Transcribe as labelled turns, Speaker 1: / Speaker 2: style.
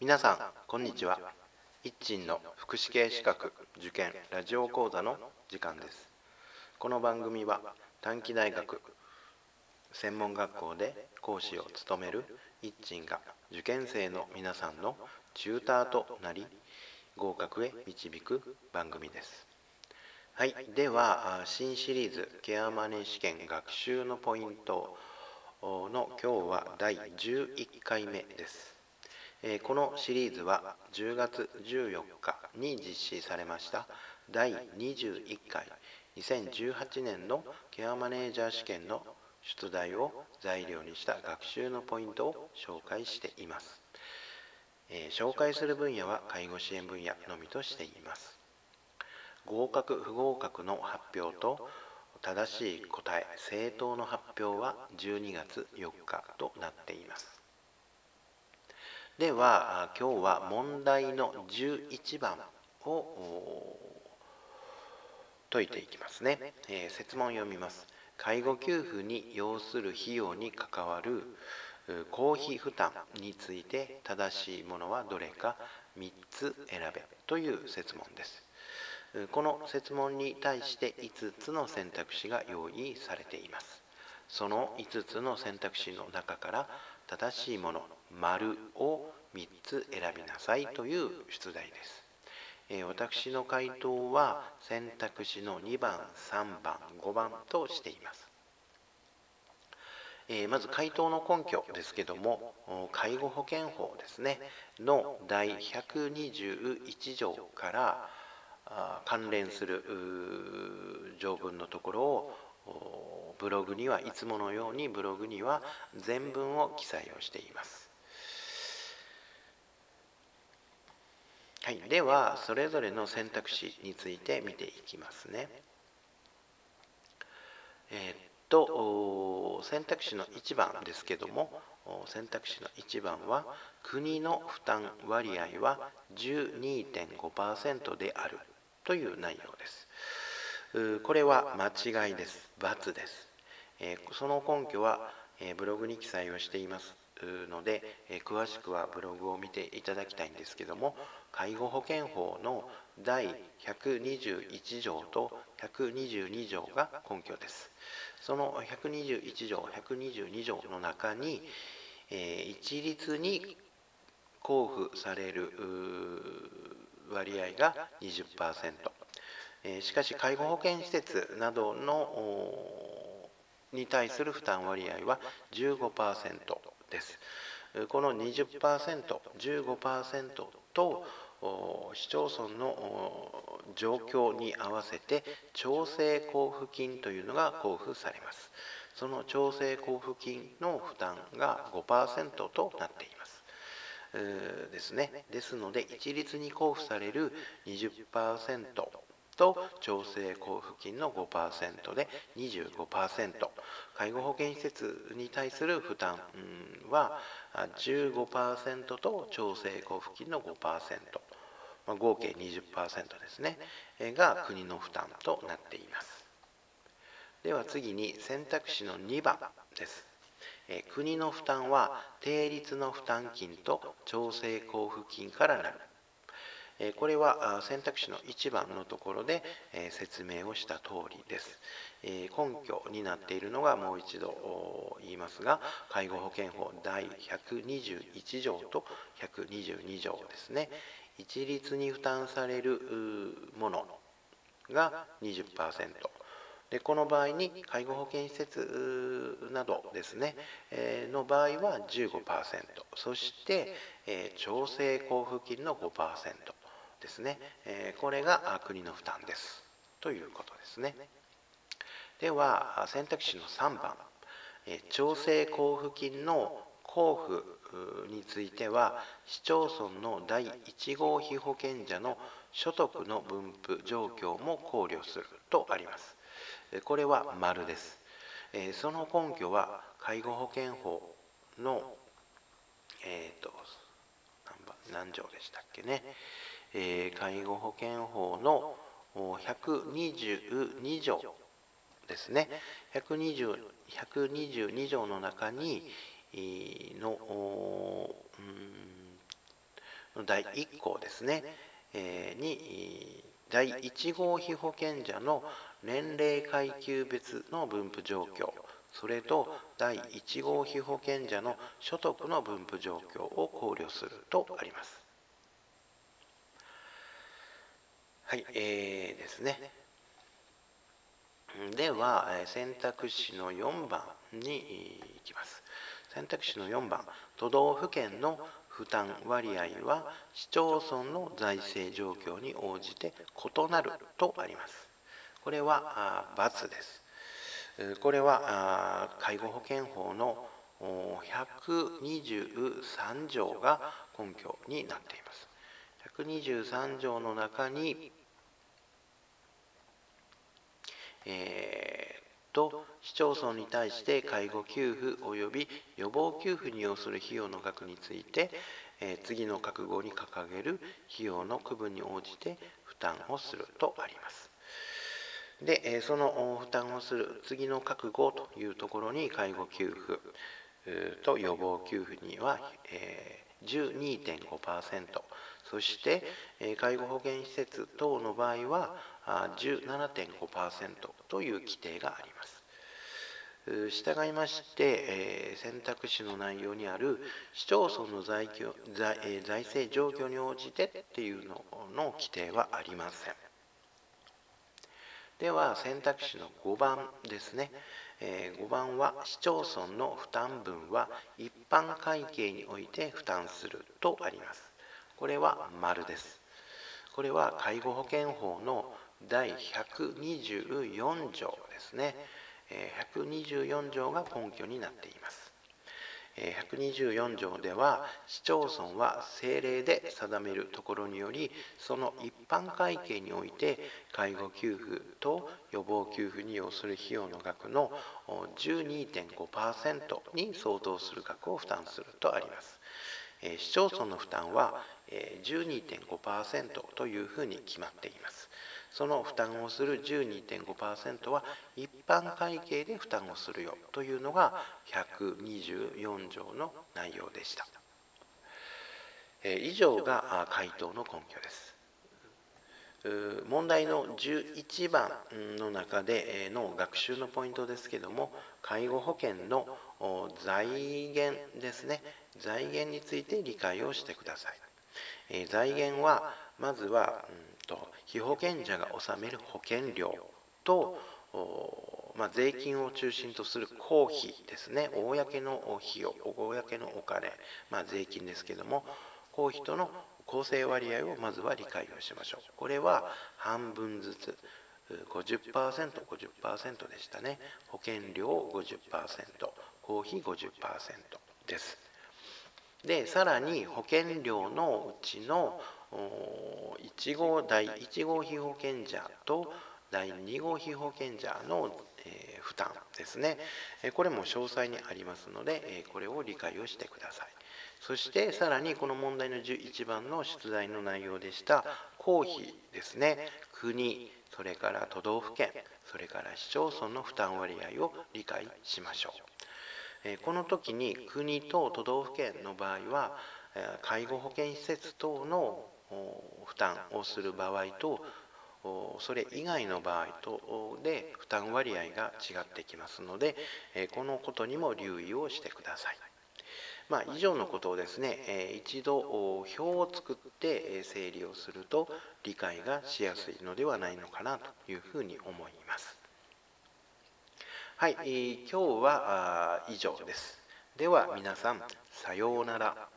Speaker 1: 皆さん、こんにちは。一鎮の福祉系資格受験ラジオ講座の時間です。この番組は短期大学専門学校で講師を務める一鎮が受験生の皆さんのチューターとなり合格へ導く番組です。はい、では新シリーズケアマネ試験学習のポイントの今日は第11回目です。このシリーズは10月14日に実施されました第21回2018年のケアマネージャー試験の出題を材料にした学習のポイントを紹介しています。紹介する分野は介護支援分野のみとしています。合格不合格の発表と正しい答え正答の発表は12月4日となっています。では今日は問題の11番を解いていきますね。設問を読みます。介護給付に要する費用に関わる公費負担について正しいものはどれか3つ選べという設問です。この設問に対して5つの選択肢が用意されています。その5つの選択肢の中から正しいもの丸を3つ選びなさいという出題です。私の回答は選択肢の2番、3番、5番としています。まず回答の根拠ですけども、介護保険法ですねの第121条から関連する条文のところをブログにはいつものようにブログには全文を記載をしています。はい、ではそれぞれの選択肢について見ていきますね。選択肢の1番ですけども、選択肢の1番は国の負担割合は 12.5% であるという内容です。これは間違いです。×です。その根拠はブログに記載をしていますので、詳しくはブログを見ていただきたいんですけども、介護保険法の第121条と122条が根拠です。その121条、122条の中に、一律に交付される割合が 20%、しかし介護保険施設などのに対する負担割合は 15% です。この 20%、15% と市町村の状況に合わせて調整交付金というのが交付されます。その調整交付金の負担が 5% となっています。ですね。ですので一律に交付される 20% と調整交付金の 5% で 25%、 介護保険施設に対する負担は 15% と調整交付金の 5%、合計 20% ですねが国の負担となっています。では次に選択肢の2番です。国の負担は定率の負担金と調整交付金からなる。これは選択肢の1番のところで説明をした通りです。根拠になっているのがもう一度言いますが、介護保険法第121条と122条ですね。一律に負担されるものが 20%。でこの場合に介護保険施設などですね、の場合は 15%、そして、調整交付金の 5% ですね、これが国の負担ですということですね。では選択肢の3番、調整交付金の交付については市町村の第1号被保険者の所得の分布状況も考慮するとあります。これは丸です。その根拠は介護保険法の、何条でしたっけね、介護保険法の122条ですね。122条の中にのの第1項ですね、に第1号被保険者の年齢階級別の分布状況、それと第1号被保険者の所得の分布状況を考慮するとあります。はい、ですね。では、選択肢の4番に行きます。選択肢の4番、都道府県の負担割合は市町村の財政状況に応じて異なるとあります。これは×です。これは介護保険法の123条が根拠になっています。123条の中に、市町村に対して介護給付及び予防給付に要する費用の額について、次の覚悟に掲げる費用の区分に応じて負担をするとあります。で、その負担をする次の覚悟というところに介護給付と予防給付には、12.5%、そして介護保険施設等の場合は17.5% という規定があります。従いまして、選択肢の内容にある市町村の財政状況に応じてっていうのの規定はありません。では選択肢の5番ですね。5番は市町村の負担分は一般会計において負担するとあります。これは丸です。これは介護保険法の第124条ですね。124条が根拠になっています。124条では市町村は政令で定めるところによりその一般会計において介護給付と予防給付に要する費用の額の 12.5% に相当する額を負担するとあります。市町村の負担は 12.5% というふうに決まっています。その負担をする 12.5% は一般会計で負担をするよというのが124条の内容でした。以上が回答の根拠です。問題の11番の中での学習のポイントですけども、介護保険の財源ですね、財源について理解をしてください。財源はまずは被保険者が納める保険料と税金を中心とする公費ですね、公の費用、公のお金、税金ですけども、公費との構成割合をまずは理解をしましょう。これは半分ずつ 50%、50% でしたね。保険料 50%、公費 50% です。で、さらに保険料のうちの第1号被保険者と第2号被保険者の負担ですね。これも詳細にありますので、これを理解をしてください。そしてさらにこの問題の11番の出題の内容でした公費ですね。国、それから都道府県、それから市町村の負担割合を理解しましょう。この時に国と都道府県の場合は介護保険施設等の負担をする場合とそれ以外の場合とで負担割合が違ってきますのでこのことにも留意をしてください。以上のことをですね、一度表を作って整理をすると理解がしやすいのではないのかなというふうに思います。はい、今日は以上です。では皆さん、さようなら。